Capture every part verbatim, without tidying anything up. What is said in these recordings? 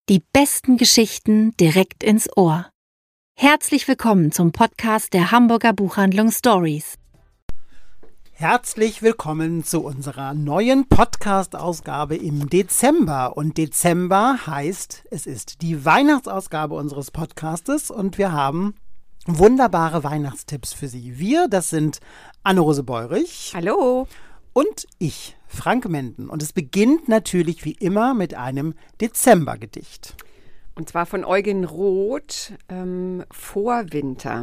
Die besten Geschichten direkt ins Ohr. Herzlich willkommen zum Podcast der Hamburger Buchhandlung Stories. Herzlich willkommen zu unserer neuen Podcast-Ausgabe im Dezember. Und Dezember heißt, es ist die Weihnachtsausgabe unseres Podcastes und wir haben wunderbare Weihnachtstipps für Sie. Wir, das sind Anne-Rose Beurich. Hallo. Und ich, Frank Menden. Und es beginnt natürlich wie immer mit einem Dezembergedicht. Und zwar von Eugen Roth, ähm, Vorwinter.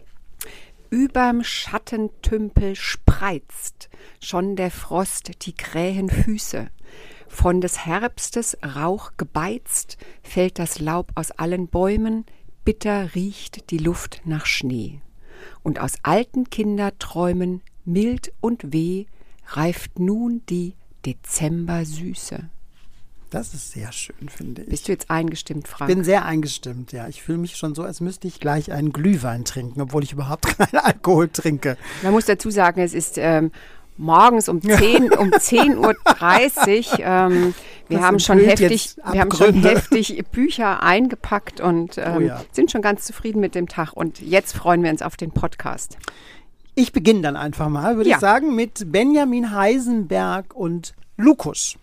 Überm Schattentümpel spreizt schon der Frost die krähen Füße. Von des Herbstes Rauch gebeizt fällt das Laub aus allen Bäumen, bitter riecht die Luft nach Schnee. Und aus alten Kinderträumen, mild und weh, reift nun die Dezembersüße. Das ist sehr schön, finde ich. Bist du jetzt eingestimmt, Frank? Ich bin sehr eingestimmt, ja. Ich fühle mich schon so, als müsste ich gleich einen Glühwein trinken, obwohl ich überhaupt keinen Alkohol trinke. Man muss dazu sagen, es ist ähm, morgens um zehn Uhr dreißig. Ähm, wir, haben schon heftig, wir haben schon heftig Bücher eingepackt und ähm, oh ja. sind schon ganz zufrieden mit dem Tag. Und jetzt freuen wir uns auf den Podcast. Ich beginne dann einfach mal, würde ja. ich sagen, mit Benjamin Heisenberg und Lukusch.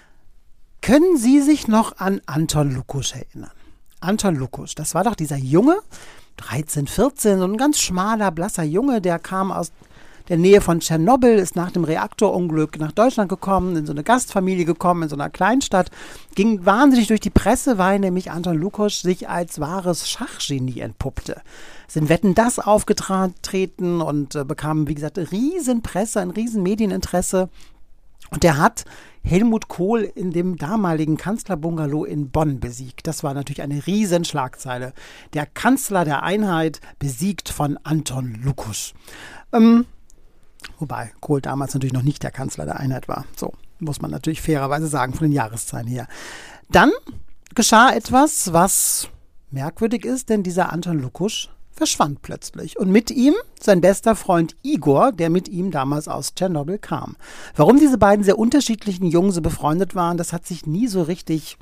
Können Sie sich noch an Anton Lukusch erinnern? Anton Lukusch, das war doch dieser Junge, dreizehn, vierzehn, so ein ganz schmaler, blasser Junge, der kam aus der Nähe von Tschernobyl, ist nach dem Reaktorunglück nach Deutschland gekommen, in so eine Gastfamilie gekommen, in so einer Kleinstadt, ging wahnsinnig durch die Presse, weil nämlich Anton Lukusch sich als wahres Schachgenie entpuppte. Sind Wetten, das aufgetreten und äh, bekamen, wie gesagt, eine riesen Presse, ein riesen Medieninteresse. Und der hat Helmut Kohl in dem damaligen Kanzlerbungalow in Bonn besiegt. Das war natürlich eine riesen Schlagzeile. Der Kanzler der Einheit besiegt von Anton Lukusch. Ähm, wobei Kohl damals natürlich noch nicht der Kanzler der Einheit war. So muss man natürlich fairerweise sagen, von den Jahreszahlen her. Dann geschah etwas, was merkwürdig ist, denn dieser Anton Lukusch verschwand plötzlich. Und mit ihm sein bester Freund Igor, der mit ihm damals aus Tschernobyl kam. Warum diese beiden sehr unterschiedlichen Jungen so befreundet waren, das hat sich nie so richtig,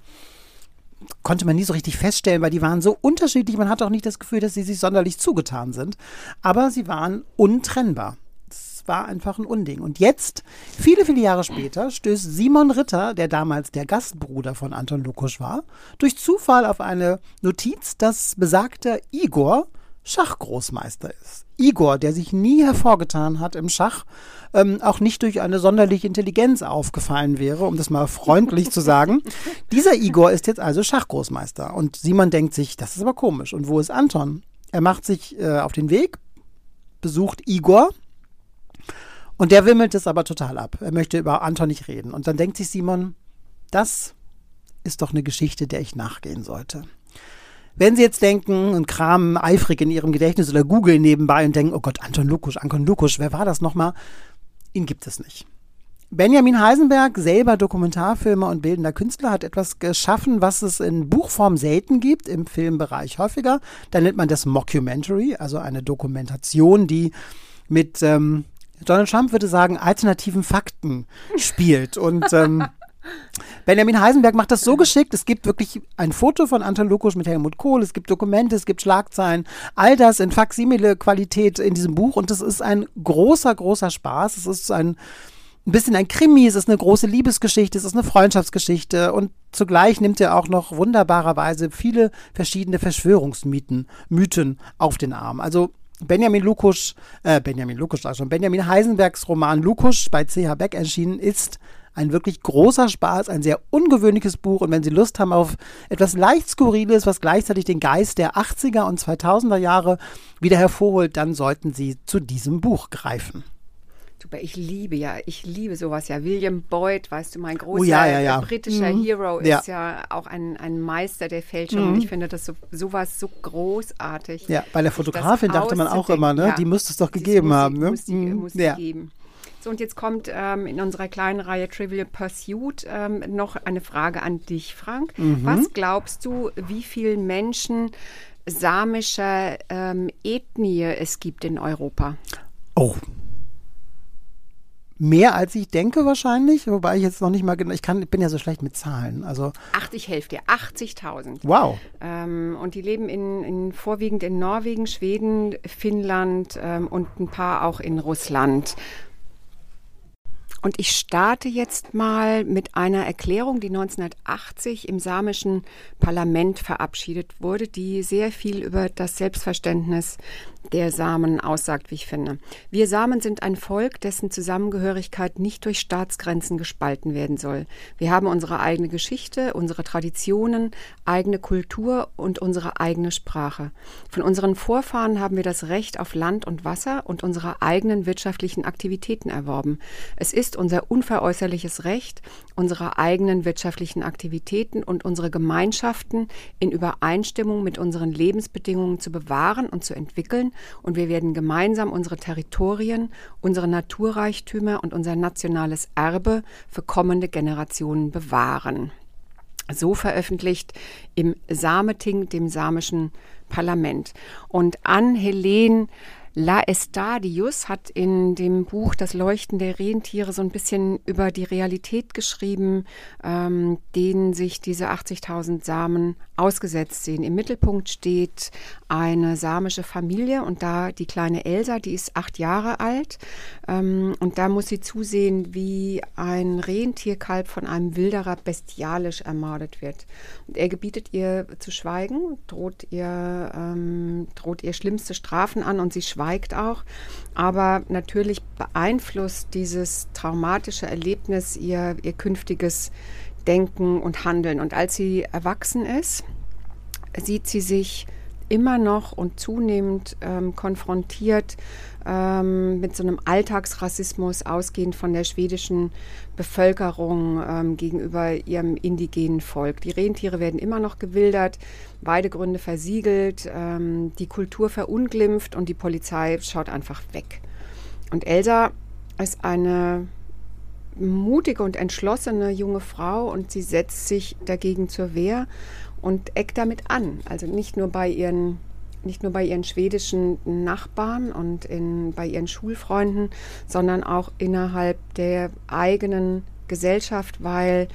konnte man nie so richtig feststellen, weil die waren so unterschiedlich. Man hat auch nicht das Gefühl, dass sie sich sonderlich zugetan sind. Aber sie waren untrennbar. Es war einfach ein Unding. Und jetzt, viele, viele Jahre später, stößt Simon Ritter, der damals der Gastbruder von Anton Lukusch war, durch Zufall auf eine Notiz, dass besagter Igor Schachgroßmeister ist. Igor, der sich nie hervorgetan hat im Schach, ähm, auch nicht durch eine sonderliche Intelligenz aufgefallen wäre, um das mal freundlich zu sagen. Dieser Igor ist jetzt also Schachgroßmeister. Und Simon denkt sich, das ist aber komisch. Und wo ist Anton? Er macht sich äh, auf den Weg, besucht Igor und der wimmelt es aber total ab. Er möchte über Anton nicht reden. Und dann denkt sich Simon, das ist doch eine Geschichte, der ich nachgehen sollte. Wenn Sie jetzt denken und kramen eifrig in Ihrem Gedächtnis oder googeln nebenbei und denken, oh Gott, Anton Lukusch, Anton Lukusch, wer war das nochmal? Ihn gibt es nicht. Benjamin Heisenberg, selber Dokumentarfilmer und bildender Künstler, hat etwas geschaffen, was es in Buchform selten gibt, im Filmbereich häufiger. Da nennt man das Mockumentary, also eine Dokumentation, die mit, ähm, Donald Trump würde sagen, alternativen Fakten spielt. Und ähm, Benjamin Heisenberg macht das so geschickt, es gibt wirklich ein Foto von Anton Lukusch mit Helmut Kohl, es gibt Dokumente, es gibt Schlagzeilen, all das in Faksimile-Qualität in diesem Buch und es ist ein großer, großer Spaß. Es ist ein, ein bisschen ein Krimi, es ist eine große Liebesgeschichte, es ist eine Freundschaftsgeschichte und zugleich nimmt er auch noch wunderbarerweise viele verschiedene Verschwörungsmythen Mythen auf den Arm. Also Benjamin Lukusch, äh, Benjamin Lukusch, sag ich schon, Benjamin Heisenbergs Roman Lukusch bei C H Beck erschienen ist ein wirklich großer Spaß, ein sehr ungewöhnliches Buch. Und wenn Sie Lust haben auf etwas leicht Skurriles, was gleichzeitig den Geist der achtziger und zweitausender Jahre wieder hervorholt, dann sollten Sie zu diesem Buch greifen. Super, ich liebe ja, ich liebe sowas ja. William Boyd, weißt du, mein großer oh, ja, ja, ja. britischer mhm. Hero ist ja, ja auch ein, ein Meister der Fälschung. Mhm. Und ich finde das so, sowas so großartig. Ja, bei der Fotografin dachte man auch immer, ne, ja, die müsste es doch gegeben muss haben. Die, ne? muss die, mhm. muss die ja. geben. So, und jetzt kommt ähm, in unserer kleinen Reihe Trivial Pursuit ähm, noch eine Frage an dich, Frank. Mhm. Was glaubst du, wie viele Menschen samischer ähm, Ethnie es gibt in Europa? Oh. mehr als ich denke wahrscheinlich, wobei ich jetzt noch nicht mal genau, ich kann, ich bin ja so schlecht mit Zahlen. Also Ach, ich helfe dir, achtzigtausend. Wow. Ähm, und die leben in, in, vorwiegend in Norwegen, Schweden, Finnland ähm, und ein paar auch in Russland. Und ich starte jetzt mal mit einer Erklärung, die neunzehnhundertachtzig im samischen Parlament verabschiedet wurde, die sehr viel über das Selbstverständnis der Samen aussagt, wie ich finde. Wir Samen sind ein Volk, dessen Zusammengehörigkeit nicht durch Staatsgrenzen gespalten werden soll. Wir haben unsere eigene Geschichte, unsere Traditionen, eigene Kultur und unsere eigene Sprache. Von unseren Vorfahren haben wir das Recht auf Land und Wasser und unsere eigenen wirtschaftlichen Aktivitäten erworben. Es ist unser unveräußerliches Recht, unsere eigenen wirtschaftlichen Aktivitäten und unsere Gemeinschaften in Übereinstimmung mit unseren Lebensbedingungen zu bewahren und zu entwickeln, und wir werden gemeinsam unsere Territorien, unsere Naturreichtümer und unser nationales Erbe für kommende Generationen bewahren. So veröffentlicht im Sameting, dem samischen Parlament. Und Anne-Helene Laestadius hat in dem Buch Das Leuchten der Rentiere so ein bisschen über die Realität geschrieben, ähm, denen sich diese achtzigtausend Samen ausgesetzt sehen. Im Mittelpunkt steht eine samische Familie und da die kleine Elsa, die ist acht Jahre alt, ähm, und da muss sie zusehen, wie ein Rentierkalb von einem Wilderer bestialisch ermordet wird. Und er gebietet ihr zu schweigen, droht ihr, ähm, droht ihr schlimmste Strafen an und sie schweigt auch, aber natürlich beeinflusst dieses traumatische Erlebnis ihr, ihr künftiges Denken und Handeln. Und als sie erwachsen ist, sieht sie sich immer noch und zunehmend ähm, konfrontiert ähm, mit so einem Alltagsrassismus, ausgehend von der schwedischen Bevölkerung ähm, gegenüber ihrem indigenen Volk. Die Rentiere werden immer noch gewildert, Weidegründe versiegelt, ähm, die Kultur verunglimpft und die Polizei schaut einfach weg. Und Elsa ist eine mutige und entschlossene junge Frau und sie setzt sich dagegen zur Wehr und eckt damit an. Also nicht nur bei ihren, nicht nur bei ihren schwedischen Nachbarn und in, bei ihren Schulfreunden, sondern auch innerhalb der eigenen Gesellschaft, weil,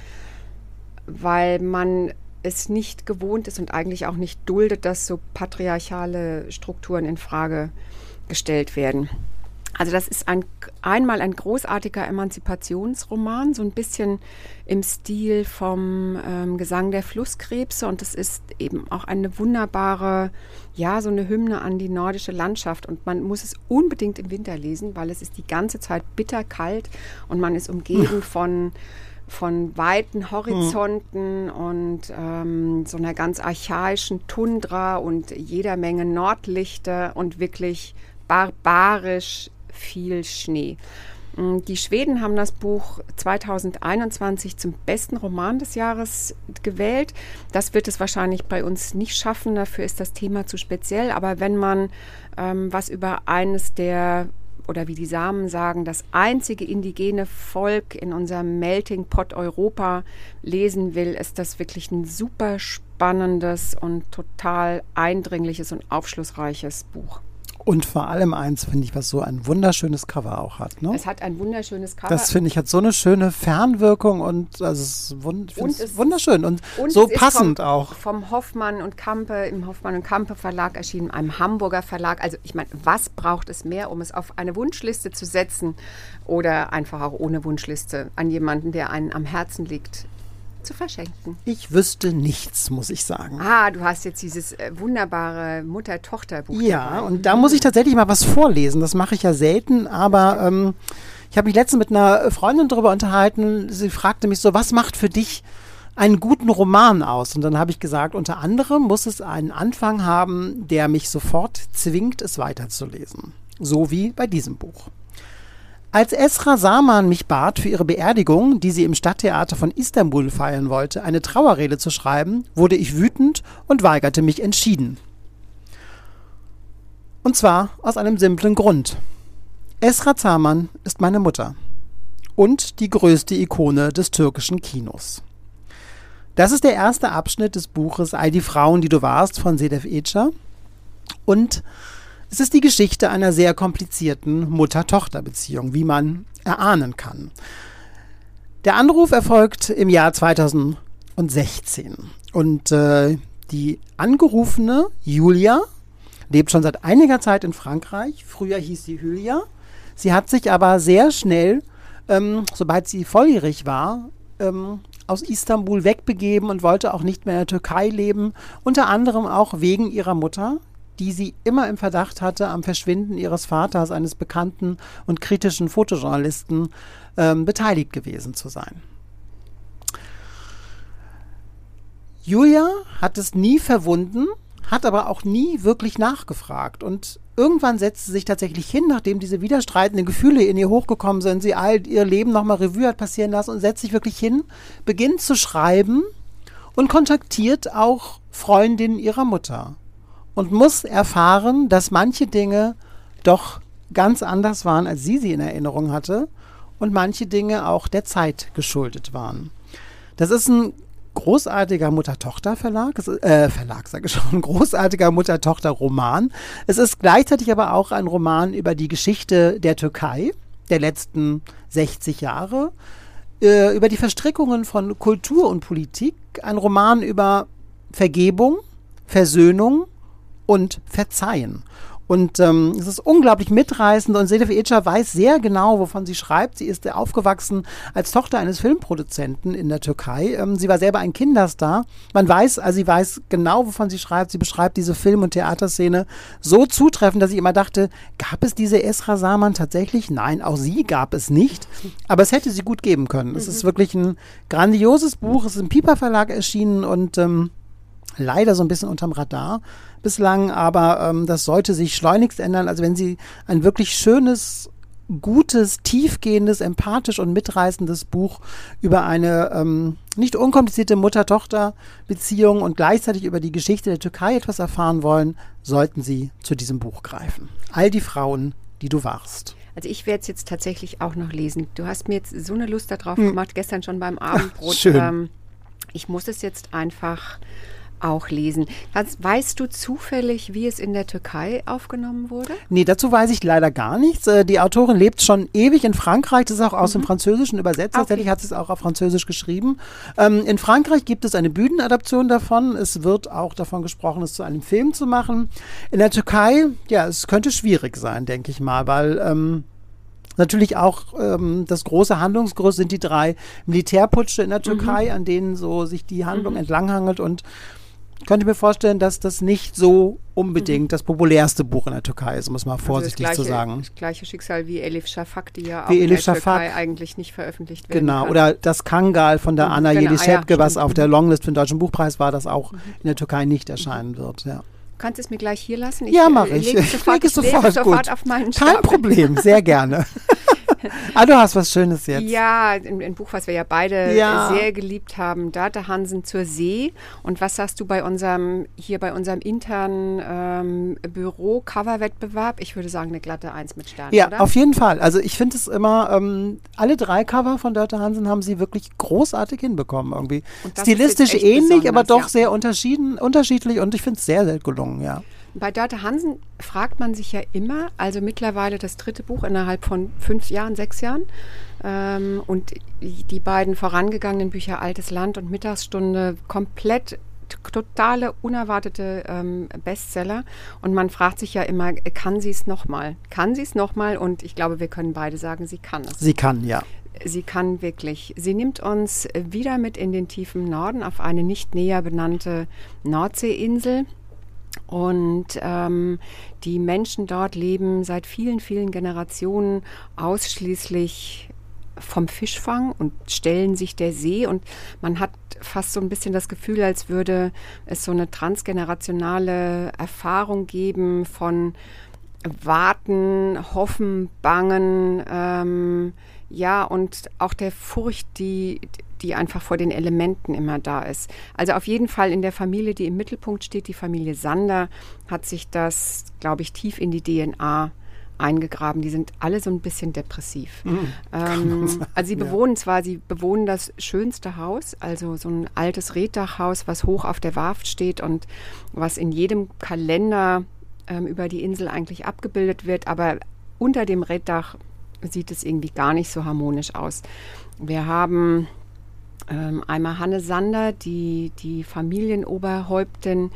weil man es nicht gewohnt ist und eigentlich auch nicht duldet, dass so patriarchale Strukturen in Frage gestellt werden. Also das ist ein, einmal ein großartiger Emanzipationsroman, so ein bisschen im Stil vom ähm, Gesang der Flusskrebse, und das ist eben auch eine wunderbare, ja, so eine Hymne an die nordische Landschaft, und man muss es unbedingt im Winter lesen, weil es ist die ganze Zeit bitterkalt und man ist umgeben von von weiten Horizonten mhm. und ähm, so einer ganz archaischen Tundra und jeder Menge Nordlichter und wirklich barbarisch viel Schnee. Die Schweden haben das Buch zweitausendeinundzwanzig zum besten Roman des Jahres gewählt. Das wird es wahrscheinlich bei uns nicht schaffen, dafür ist das Thema zu speziell. Aber wenn man ähm, was über eines der, oder wie die Samen sagen, das einzige indigene Volk in unserem Melting Pot Europa lesen will, ist das wirklich ein super spannendes und total eindringliches und aufschlussreiches Buch. Und vor allem eins, finde ich, was so ein wunderschönes Cover auch hat. Ne? Es hat ein wunderschönes Cover. Das, finde ich, hat so eine schöne Fernwirkung und also es ist wund- und es wunderschön und, und so es passend vom, auch. Vom Hoffmann und Campe, im Hoffmann und Campe Verlag erschienen, einem Hamburger Verlag. Also ich meine, was braucht es mehr, um es auf eine Wunschliste zu setzen oder einfach auch ohne Wunschliste an jemanden, der einen am Herzen liegt, zu verschenken? Ich wüsste nichts, muss ich sagen. Ah, du hast jetzt dieses äh, wunderbare Mutter-Tochter-Buch. Ja, dabei. Und da muss ich tatsächlich mal was vorlesen. Das mache ich ja selten, aber ähm, ich habe mich letztens mit einer Freundin darüber unterhalten. Sie fragte mich so, was macht für dich einen guten Roman aus? Und dann habe ich gesagt, unter anderem muss es einen Anfang haben, der mich sofort zwingt, es weiterzulesen. So wie bei diesem Buch. Als Esra Saman mich bat, für ihre Beerdigung, die sie im Stadttheater von Istanbul feiern wollte, eine Trauerrede zu schreiben, wurde ich wütend und weigerte mich entschieden. Und zwar aus einem simplen Grund. Esra Saman ist meine Mutter und die größte Ikone des türkischen Kinos. Das ist der erste Abschnitt des Buches All die Frauen, die du warst von Sedef Ece, und es ist die Geschichte einer sehr komplizierten Mutter-Tochter-Beziehung, wie man erahnen kann. Der Anruf erfolgt im Jahr zweitausendsechzehn und äh, die angerufene Julia lebt schon seit einiger Zeit in Frankreich. Früher hieß sie Julia. Sie hat sich aber sehr schnell, ähm, sobald sie volljährig war, ähm, aus Istanbul wegbegeben und wollte auch nicht mehr in der Türkei leben, unter anderem auch wegen ihrer Mutter, die sie immer im Verdacht hatte, am Verschwinden ihres Vaters, eines bekannten und kritischen Fotojournalisten, ähm, beteiligt gewesen zu sein. Julia hat es nie verwunden, hat aber auch nie wirklich nachgefragt und irgendwann setzt sie sich tatsächlich hin, nachdem diese widerstreitenden Gefühle in ihr hochgekommen sind, sie all ihr Leben nochmal Revue hat passieren lassen und setzt sich wirklich hin, beginnt zu schreiben und kontaktiert auch Freundinnen ihrer Mutter und muss erfahren, dass manche Dinge doch ganz anders waren, als sie sie in Erinnerung hatte und manche Dinge auch der Zeit geschuldet waren. Das ist ein großartiger Mutter-Tochter-Verlag, äh, Verlag sage ich schon, großartiger Mutter-Tochter-Roman. Es ist gleichzeitig aber auch ein Roman über die Geschichte der Türkei der letzten sechzig Jahre, äh, über die Verstrickungen von Kultur und Politik, ein Roman über Vergebung, Versöhnung und Verzeihen. Und ähm, es ist unglaublich mitreißend und Sedef Ece weiß sehr genau, wovon sie schreibt. Sie ist aufgewachsen als Tochter eines Filmproduzenten in der Türkei. Ähm, sie war selber ein Kinderstar. Man weiß, also sie weiß genau, wovon sie schreibt. Sie beschreibt diese Film- und Theaterszene so zutreffend, dass ich immer dachte, gab es diese Esra Saman tatsächlich? Nein, auch sie gab es nicht. Aber es hätte sie gut geben können. Mhm. Es ist wirklich ein grandioses Buch. Es ist im Piper Verlag erschienen und ähm, leider so ein bisschen unterm Radar bislang, aber ähm, das sollte sich schleunigst ändern. Also wenn Sie ein wirklich schönes, gutes, tiefgehendes, empathisch und mitreißendes Buch über eine ähm, nicht unkomplizierte Mutter-Tochter-Beziehung und gleichzeitig über die Geschichte der Türkei etwas erfahren wollen, sollten Sie zu diesem Buch greifen. All die Frauen, die du warst. Also ich werde es jetzt tatsächlich auch noch lesen. Du hast mir jetzt so eine Lust darauf hm. gemacht, gestern schon beim Abendbrot. Ach, schön. Ähm, ich muss es jetzt einfach auch lesen. Weißt du zufällig, wie es in der Türkei aufgenommen wurde? Nee, dazu weiß ich leider gar nichts. Die Autorin lebt schon ewig in Frankreich. Das ist auch aus mhm. dem Französischen übersetzt. Okay. Tatsächlich hat sie es auch auf Französisch geschrieben. Ähm, in Frankreich gibt es eine Bühnenadaption davon. Es wird auch davon gesprochen, es zu einem Film zu machen. In der Türkei, ja, es könnte schwierig sein, denke ich mal, weil ähm, natürlich auch ähm, das große Handlungsgerüst sind die drei Militärputsche in der Türkei, mhm. an denen so sich die Handlung mhm. entlanghangelt und könnte mir vorstellen, dass das nicht so unbedingt mhm. das populärste Buch in der Türkei ist, um es mal vorsichtig also das gleiche, zu sagen. Das gleiche Schicksal wie Elif Shafak, die ja auch wie in Elif der Shafak. Türkei eigentlich nicht veröffentlicht werden Genau, kann. Oder das Kangal von der mhm, Anna genau, Jelischewke, ja, was auf der mhm. Longlist für den Deutschen Buchpreis war, das auch mhm. in der Türkei nicht erscheinen wird. Ja. Du kannst es mir gleich hier lassen? Ich, ja, mache ich. Ich lege es sofort, sofort, sofort auf meinen Stapel. Kein Problem, sehr gerne. Ah, du hast was Schönes jetzt. Ja, ein, ein Buch, was wir ja beide ja. sehr geliebt haben. Date Hansen zur See. Und was sagst du bei unserem, hier bei unserem internen ähm, Büro-Cover-Wettbewerb? Ich würde sagen, eine glatte Eins mit Sternen, Ja, oder? auf jeden Fall. Also ich finde es immer, ähm, alle drei Cover von Date Hansen haben sie wirklich großartig hinbekommen irgendwie. Stilistisch ähnlich, aber doch ja. sehr unterschieden, unterschiedlich und ich finde es sehr, sehr gelungen, ja. Bei Date Hansen fragt man sich ja immer, also mittlerweile das dritte Buch innerhalb von fünf Jahren, sechs Jahren ähm, und die beiden vorangegangenen Bücher Altes Land und Mittagsstunde komplett totale, unerwartete ähm, Bestseller und man fragt sich ja immer, kann sie es nochmal? Kann sie es nochmal? Und ich glaube, wir können beide sagen, sie kann es. Sie kann, ja. Sie kann wirklich. Sie nimmt uns wieder mit in den tiefen Norden auf eine nicht näher benannte Nordseeinsel. Und ähm, die Menschen dort leben seit vielen, vielen Generationen ausschließlich vom Fischfang und stellen sich der See. Und man hat fast so ein bisschen das Gefühl, als würde es so eine transgenerationale Erfahrung geben von Warten, Hoffen, Bangen, ähm, ja, und auch der Furcht, die, die einfach vor den Elementen immer da ist. Also auf jeden Fall in der Familie, die im Mittelpunkt steht, die Familie Sander, hat sich das, glaube ich, tief in die D N A eingegraben. Die sind alle so ein bisschen depressiv. Mhm, ähm, also sie bewohnen ja. zwar, sie bewohnen das schönste Haus, also so ein altes Reetdachhaus, was hoch auf der Warft steht und was in jedem Kalender ähm, über die Insel eigentlich abgebildet wird, aber unter dem Reetdach sieht es irgendwie gar nicht so harmonisch aus. Wir haben ähm, einmal Hanne Sander, die, die Familienoberhäuptin.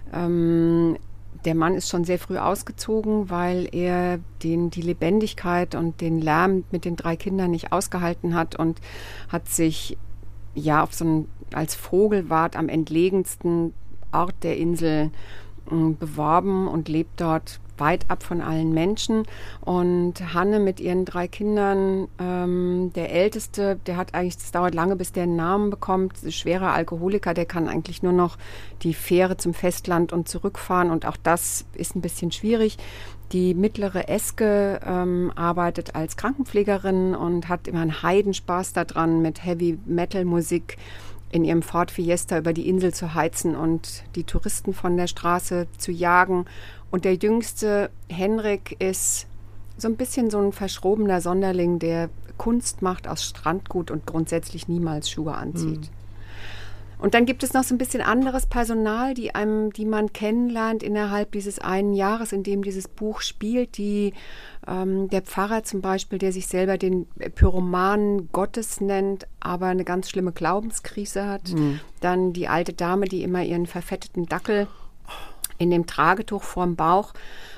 Ähm, der Mann ist schon sehr früh ausgezogen, weil er den, die Lebendigkeit und den Lärm mit den drei Kindern nicht ausgehalten hat und hat sich ja auf so einen, als Vogelwart am entlegensten Ort der Insel äh, beworben und lebt dort weit ab von allen Menschen. Und Hanne mit ihren drei Kindern, ähm, der Älteste, der hat eigentlich, das dauert lange, bis der einen Namen bekommt, schwerer Alkoholiker, der kann eigentlich nur noch die Fähre zum Festland und zurückfahren und auch das ist ein bisschen schwierig. Die mittlere Eske ähm, arbeitet als Krankenpflegerin und hat immer einen Heidenspaß daran, mit Heavy-Metal-Musik in ihrem Ford Fiesta über die Insel zu heizen und die Touristen von der Straße zu jagen. Und der jüngste, Henrik, ist so ein bisschen so ein verschrobener Sonderling, der Kunst macht aus Strandgut und grundsätzlich niemals Schuhe anzieht. Mhm. Und dann gibt es noch so ein bisschen anderes Personal, die einem, die man kennenlernt innerhalb dieses einen Jahres, in dem dieses Buch spielt. Die, ähm, der Pfarrer zum Beispiel, der sich selber den Pyromanen Gottes nennt, aber eine ganz schlimme Glaubenskrise hat. Mhm. Dann die alte Dame, die immer ihren verfetteten Dackel in dem Tragetuch vorm Bauch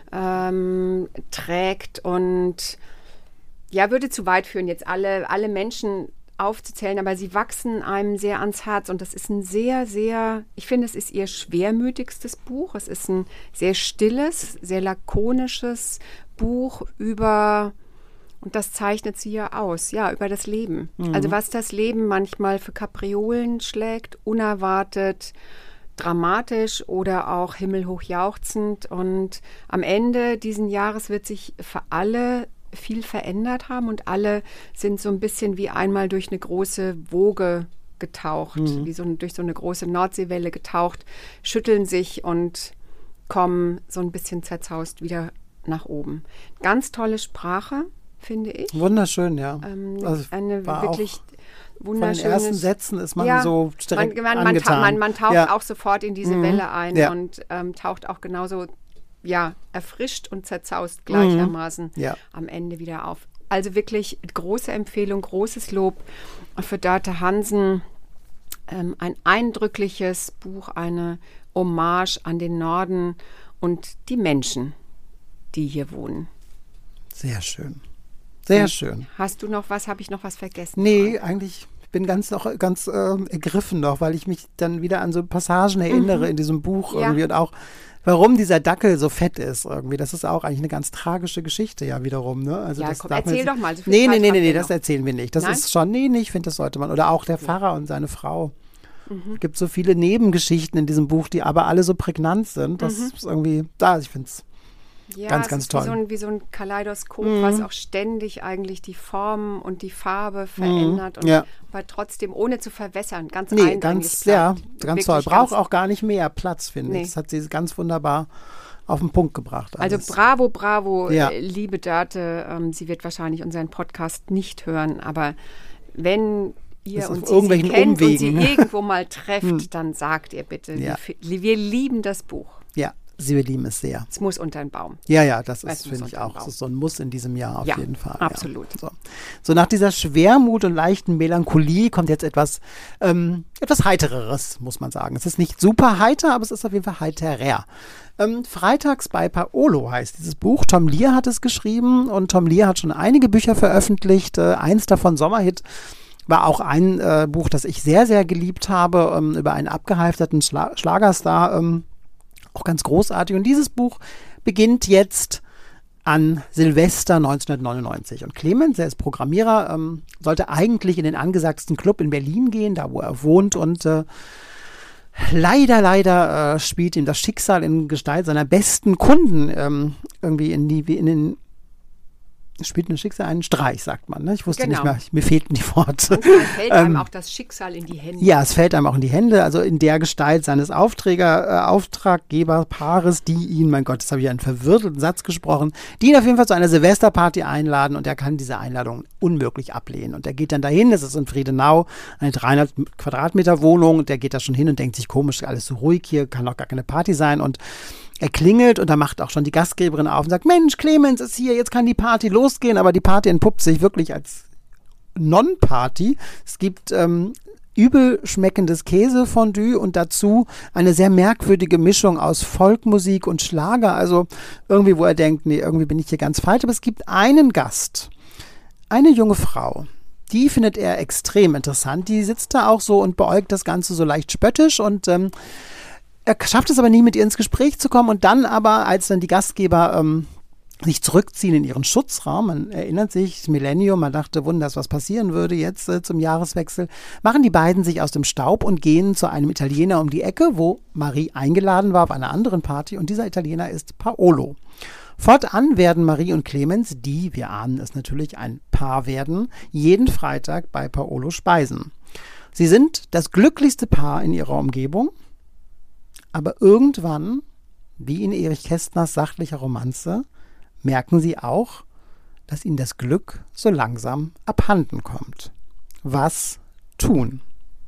ähm, trägt. Und ja, würde zu weit führen, jetzt alle, alle Menschen aufzuzählen, aber sie wachsen einem sehr ans Herz und das ist ein sehr, sehr, ich finde, es ist ihr schwermütigstes Buch. Es ist ein sehr stilles, sehr lakonisches Buch über, und das zeichnet sie ja aus, ja, über das Leben. Mhm. Also was das Leben manchmal für Kapriolen schlägt, unerwartet, dramatisch oder auch himmelhoch jauchzend. Und am Ende diesen Jahres wird sich für alle viel verändert haben und alle sind so ein bisschen wie einmal durch eine große Woge getaucht, mhm. wie so ein, durch so eine große Nordseewelle getaucht, schütteln sich und kommen so ein bisschen zerzaust wieder nach oben. Ganz tolle Sprache, finde ich. Wunderschön, ja. Ähm, also eine wirklich wunderschöne. Von den ersten Sätzen ist man ja, so direkt man, man, angetan. Man, man taucht ja. auch sofort in diese mhm. Welle ein ja. und ähm, taucht auch genauso ja, erfrischt und zerzaust gleichermaßen mhm. ja. am Ende wieder auf. Also wirklich große Empfehlung, großes Lob für Dörte Hansen. Ähm, ein eindrückliches Buch, eine Hommage an den Norden und die Menschen, die hier wohnen. Sehr schön. Sehr und schön. Hast du noch was? Habe ich noch was vergessen? Nee, eigentlich ich bin ganz noch ganz äh, ergriffen noch, weil ich mich dann wieder an so Passagen erinnere mhm. in diesem Buch ja. irgendwie und auch warum dieser Dackel so fett ist irgendwie. Das ist auch eigentlich eine ganz tragische Geschichte ja wiederum. Ne? Also ja, das komm, erzähl doch mal. So nee, nee, nee, nee, nee, das erzählen wir nicht. Das Nein? ist schon, nee, nee, ich finde, das sollte man. Oder auch der Pfarrer und seine Frau. Mhm. Es gibt so viele Nebengeschichten in diesem Buch, die aber alle so prägnant sind. Das mhm. ist irgendwie, da, ich finde es ja, ganz, es ganz ist toll. Wie so ein, wie so ein Kaleidoskop, mhm. was auch ständig eigentlich die Form und die Farbe verändert mhm. und ja. aber trotzdem ohne zu verwässern. Ganz nee, eindringlich. ganz, ja, ganz toll. Braucht ganz auch gar nicht mehr Platz, finde nee. ich. Das hat sie ganz wunderbar auf den Punkt gebracht. Alles. Also bravo, bravo, ja. äh, liebe Dörte. Ähm, sie wird wahrscheinlich unseren Podcast nicht hören, aber wenn ihr und sie, sie kennt Umwegen. und sie irgendwo mal trefft, dann sagt ihr bitte, ja. wir, wir lieben das Buch. Ja, sie lieben es sehr. Es muss unter den Baum. Ja, ja, das ist, Es finde muss ich unter den auch. Baum. Das ist so ein Muss in diesem Jahr auf Ja, jeden Fall. absolut. Ja. So. so, nach dieser Schwermut und leichten Melancholie kommt jetzt etwas, ähm, etwas Heitereres, muss man sagen. Es ist nicht super heiter, aber es ist auf jeden Fall heiterer. Ähm, Freitags bei Paolo heißt dieses Buch. Tom Lear hat es geschrieben und Tom Lear hat schon einige Bücher veröffentlicht. Äh, eins davon, Sommerhit, war auch ein äh, Buch, das ich sehr, sehr geliebt habe, ähm, über einen abgehalfterten Schla- Schlagerstar. Ähm, auch ganz großartig. Und dieses Buch beginnt jetzt an Silvester neunzehnhundertneunundneunzig. Und Clemens, der ist Programmierer, ähm, sollte eigentlich in den angesagten Club in Berlin gehen, da wo er wohnt. Und äh, leider, leider äh, spielt ihm das Schicksal in Gestalt seiner besten Kunden ähm, irgendwie in, die, in den spielt ein Schicksal einen Streich, sagt man. Ne? Ich wusste genau. nicht mehr, mir fehlten die Worte. Und dann fällt einem ähm, auch das Schicksal in die Hände. Ja, es fällt einem auch in die Hände, also in der Gestalt seines Aufträger, äh, Auftraggeberpaares, die ihn, mein Gott, jetzt habe ich einen verwirrtelten Satz gesprochen, die ihn auf jeden Fall zu einer Silvesterparty einladen und er kann diese Einladung unmöglich ablehnen. Und er geht dann dahin, das ist in Friedenau, eine dreihundert Quadratmeter Wohnung und der geht da schon hin und denkt sich, komisch, alles so ruhig hier, kann doch gar keine Party sein und er klingelt und da macht auch schon die Gastgeberin auf und sagt, Mensch, Clemens ist hier, jetzt kann die Party losgehen. Aber die Party entpuppt sich wirklich als Non-Party. Es gibt ähm, übel schmeckendes Käsefondue und dazu eine sehr merkwürdige Mischung aus Folkmusik und Schlager. Also irgendwie, wo er denkt, nee, irgendwie bin ich hier ganz falsch. Aber es gibt einen Gast, eine junge Frau, die findet er extrem interessant. Die sitzt da auch so und beäugt das Ganze so leicht spöttisch und ähm, er schafft es aber nie, mit ihr ins Gespräch zu kommen. Und dann aber, als dann die Gastgeber ähm, sich zurückziehen in ihren Schutzraum, man erinnert sich, das Millennium, man dachte, wunders, was passieren würde jetzt äh, zum Jahreswechsel, machen die beiden sich aus dem Staub und gehen zu einem Italiener um die Ecke, wo Marie eingeladen war auf einer anderen Party. Und dieser Italiener ist Paolo. Fortan werden Marie und Clemens, die, wir ahnen es natürlich, ein Paar werden, jeden Freitag bei Paolo speisen. Sie sind das glücklichste Paar in ihrer Umgebung, aber irgendwann, wie in Erich Kästners sachlicher Romanze, merken sie auch, dass ihnen das Glück so langsam abhanden kommt. Was tun?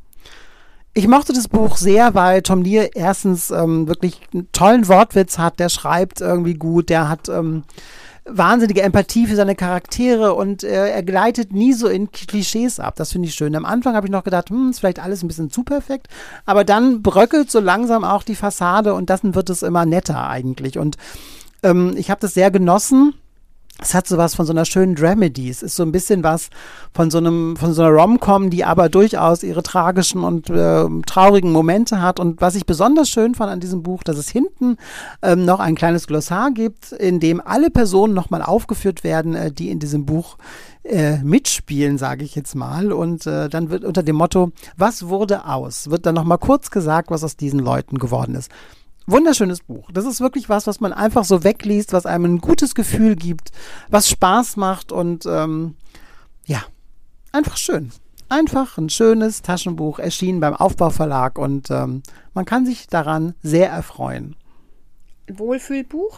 Ich mochte das Buch sehr, weil Tom Lear erstens ähm, wirklich einen tollen Wortwitz hat, der schreibt irgendwie gut, der hat ähm, wahnsinnige Empathie für seine Charaktere und äh, er gleitet nie so in Klischees ab. Das finde ich schön. Am Anfang habe ich noch gedacht, hm, ist vielleicht alles ein bisschen zu perfekt, aber dann bröckelt so langsam auch die Fassade und dann wird es immer netter eigentlich. Und ähm, ich habe das sehr genossen. Es hat sowas von so einer schönen Dramedy. Es ist so ein bisschen was von so einem, von so einer Rom-Com, die aber durchaus ihre tragischen und äh, traurigen Momente hat. Und was ich besonders schön fand an diesem Buch, dass es hinten ähm, noch ein kleines Glossar gibt, in dem alle Personen nochmal aufgeführt werden, äh, die in diesem Buch äh, mitspielen, sage ich jetzt mal. Und äh, dann wird unter dem Motto, was wurde aus, wird dann nochmal kurz gesagt, was aus diesen Leuten geworden ist. Wunderschönes Buch. Das ist wirklich was, was man einfach so wegliest, was einem ein gutes Gefühl gibt, was Spaß macht und ähm, ja, einfach schön. Einfach ein schönes Taschenbuch, erschienen beim Aufbauverlag und ähm, man kann sich daran sehr erfreuen. Wohlfühlbuch?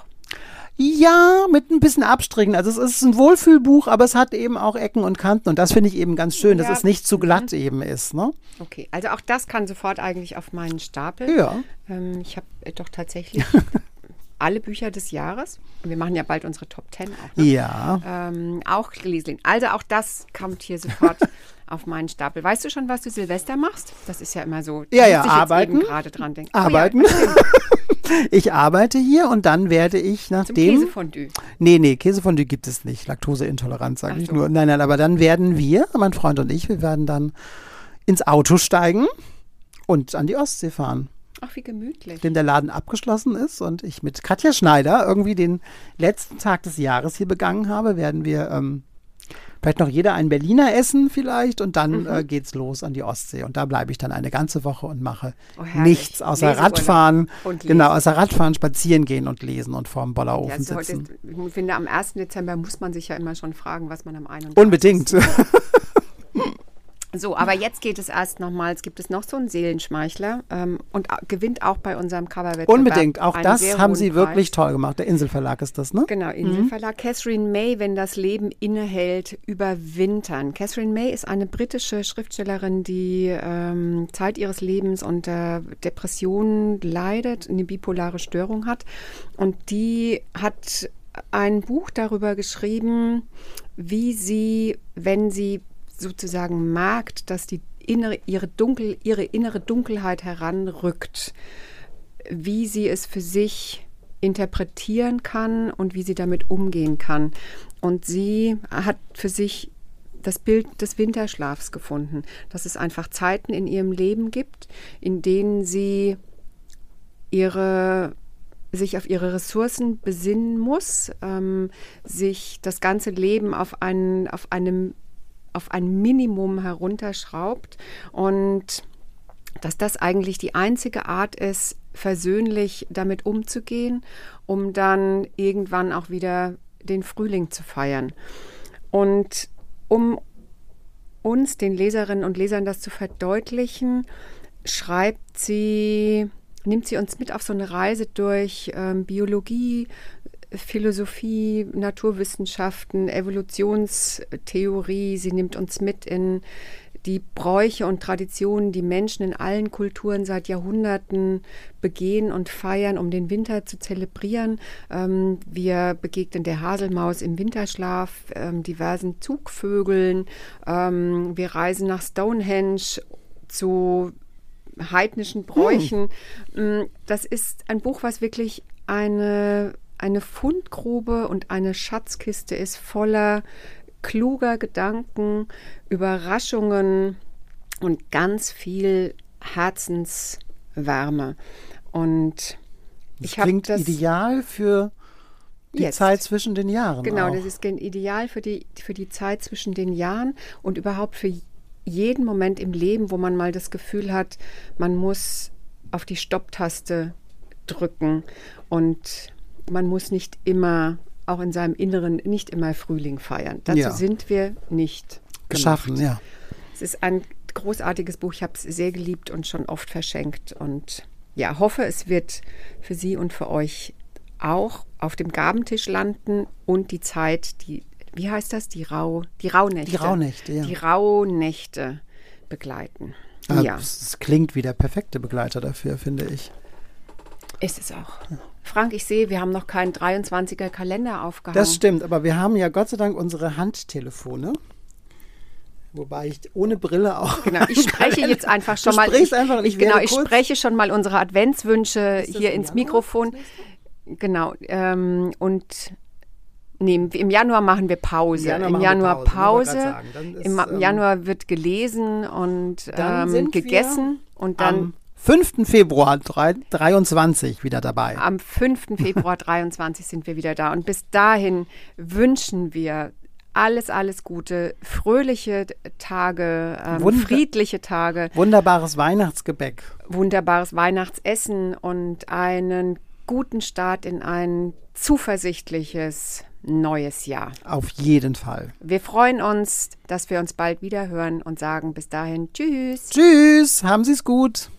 Ja, mit ein bisschen Abstrichen. Also es ist ein Wohlfühlbuch, aber es hat eben auch Ecken und Kanten und das finde ich eben ganz schön, dass ja. es nicht zu glatt mhm. eben ist. Ne? Okay, also auch das kann sofort eigentlich auf meinen Stapel. Ja. Ähm, ich habe doch tatsächlich alle Bücher des Jahres. Wir machen ja bald unsere Top Ten auch. Ne? Ja. Ähm, auch gelesen. Also auch das kommt hier sofort auf meinen Stapel. Weißt du schon, was du Silvester machst? Das ist ja immer so. Ja, ja, ich arbeiten. Jetzt gerade dran denken. Arbeiten. Oh ja, ich arbeite hier und dann werde ich nach Zum dem... Käsefondue. Nee, nee, Käsefondue gibt es nicht. Laktoseintoleranz, sage ich so. nur. Nein, nein, aber dann werden wir, mein Freund und ich, wir werden dann ins Auto steigen und an die Ostsee fahren. Ach, wie gemütlich. Nachdem der Laden abgeschlossen ist und ich mit Katja Schneider irgendwie den letzten Tag des Jahres hier begangen habe, werden wir ähm, vielleicht noch jeder einen Berliner essen vielleicht und dann mhm. äh, geht's los an die Ostsee. Und da bleibe ich dann eine ganze Woche und mache oh, nichts außer Leseurlaub Radfahren. Genau, außer Radfahren, spazieren gehen und lesen und vorm Bollerofen ja, sitzen. Ist, ich finde, am ersten Dezember muss man sich ja immer schon fragen, was man am einunddreißigsten Unbedingt. So, aber jetzt geht es erst nochmal, es gibt es noch so einen Seelenschmeichler ähm, und a- gewinnt auch bei unserem Coverwettbewerb. Unbedingt, auch das haben Sie wirklich toll gemacht. Der Inselverlag ist das, ne? Genau, Inselverlag. Mhm. Catherine May, Wenn das Leben innehält, überwintern. Catherine May ist eine britische Schriftstellerin, die ähm, Zeit ihres Lebens unter Depressionen leidet, eine bipolare Störung hat und die hat ein Buch darüber geschrieben, wie sie, wenn sie sozusagen merkt, dass die innere, ihre, Dunkel, ihre innere Dunkelheit heranrückt, wie sie es für sich interpretieren kann und wie sie damit umgehen kann. Und sie hat für sich das Bild des Winterschlafs gefunden, dass es einfach Zeiten in ihrem Leben gibt, in denen sie ihre sich auf ihre Ressourcen besinnen muss, ähm, sich das ganze Leben auf, einen, auf einem auf ein Minimum herunterschraubt und dass das eigentlich die einzige Art ist, versöhnlich damit umzugehen, um dann irgendwann auch wieder den Frühling zu feiern. Und um uns, den Leserinnen und Lesern, das zu verdeutlichen, schreibt sie, nimmt sie uns mit auf so eine Reise durch ähm, Biologie, Philosophie, Naturwissenschaften, Evolutionstheorie. Sie nimmt uns mit in die Bräuche und Traditionen, die Menschen in allen Kulturen seit Jahrhunderten begehen und feiern, um den Winter zu zelebrieren. Ähm, wir begegnen der Haselmaus im Winterschlaf, ähm, diversen Zugvögeln. Ähm, wir reisen nach Stonehenge zu heidnischen Bräuchen. Hm. Das ist ein Buch, was wirklich eine, eine Fundgrube und eine Schatzkiste ist, voller kluger Gedanken, Überraschungen und ganz viel Herzenswärme. Und das ich habe klingt das ideal für die jetzt. Zeit zwischen den Jahren. Genau, auch. das ist ideal für die, für die Zeit zwischen den Jahren und überhaupt für jeden Moment im Leben, wo man mal das Gefühl hat, man muss auf die Stopptaste drücken und man muss nicht immer, auch in seinem Inneren, nicht immer Frühling feiern. Dazu ja. sind wir nicht geschaffen. gemacht. Ja. Es ist ein großartiges Buch. Ich habe es sehr geliebt und schon oft verschenkt. Und ja, hoffe, es wird für Sie und für euch auch auf dem Gabentisch landen und die Zeit, die, wie heißt das? Die, Rau, die Rauhnächte. Die Rauhnächte, ja. Die Rauhnächte begleiten. Also, ja. Es klingt wie der perfekte Begleiter dafür, finde ich. Ist es auch. Ja. Frank, ich sehe, wir haben noch keinen dreiundzwanziger Kalender aufgehangen. Das stimmt, aber wir haben ja Gott sei Dank unsere Handtelefone. Wobei ich ohne Brille auch. Genau, ich spreche jetzt einfach schon mal. Ich, einfach, ich, ich, genau, ich spreche schon mal unsere Adventswünsche hier ins Januar? Mikrofon. Genau. Ähm, und nee, im Januar machen wir Pause. Im Januar, Im Januar Pause. Pause. Ist, Im ähm, Januar wird gelesen und ähm, gegessen. Und dann. Am fünften Februar dreiundzwanzig wieder dabei. Am fünften Februar dreiundzwanzig sind wir wieder da. Und bis dahin wünschen wir alles, alles Gute, fröhliche Tage, ähm, Wunder- friedliche Tage. Wunderbares Weihnachtsgebäck. Wunderbares Weihnachtsessen und einen guten Start in ein zuversichtliches neues Jahr. Auf jeden Fall. Wir freuen uns, dass wir uns bald wieder hören und sagen bis dahin Tschüss. Tschüss, haben Sie es gut.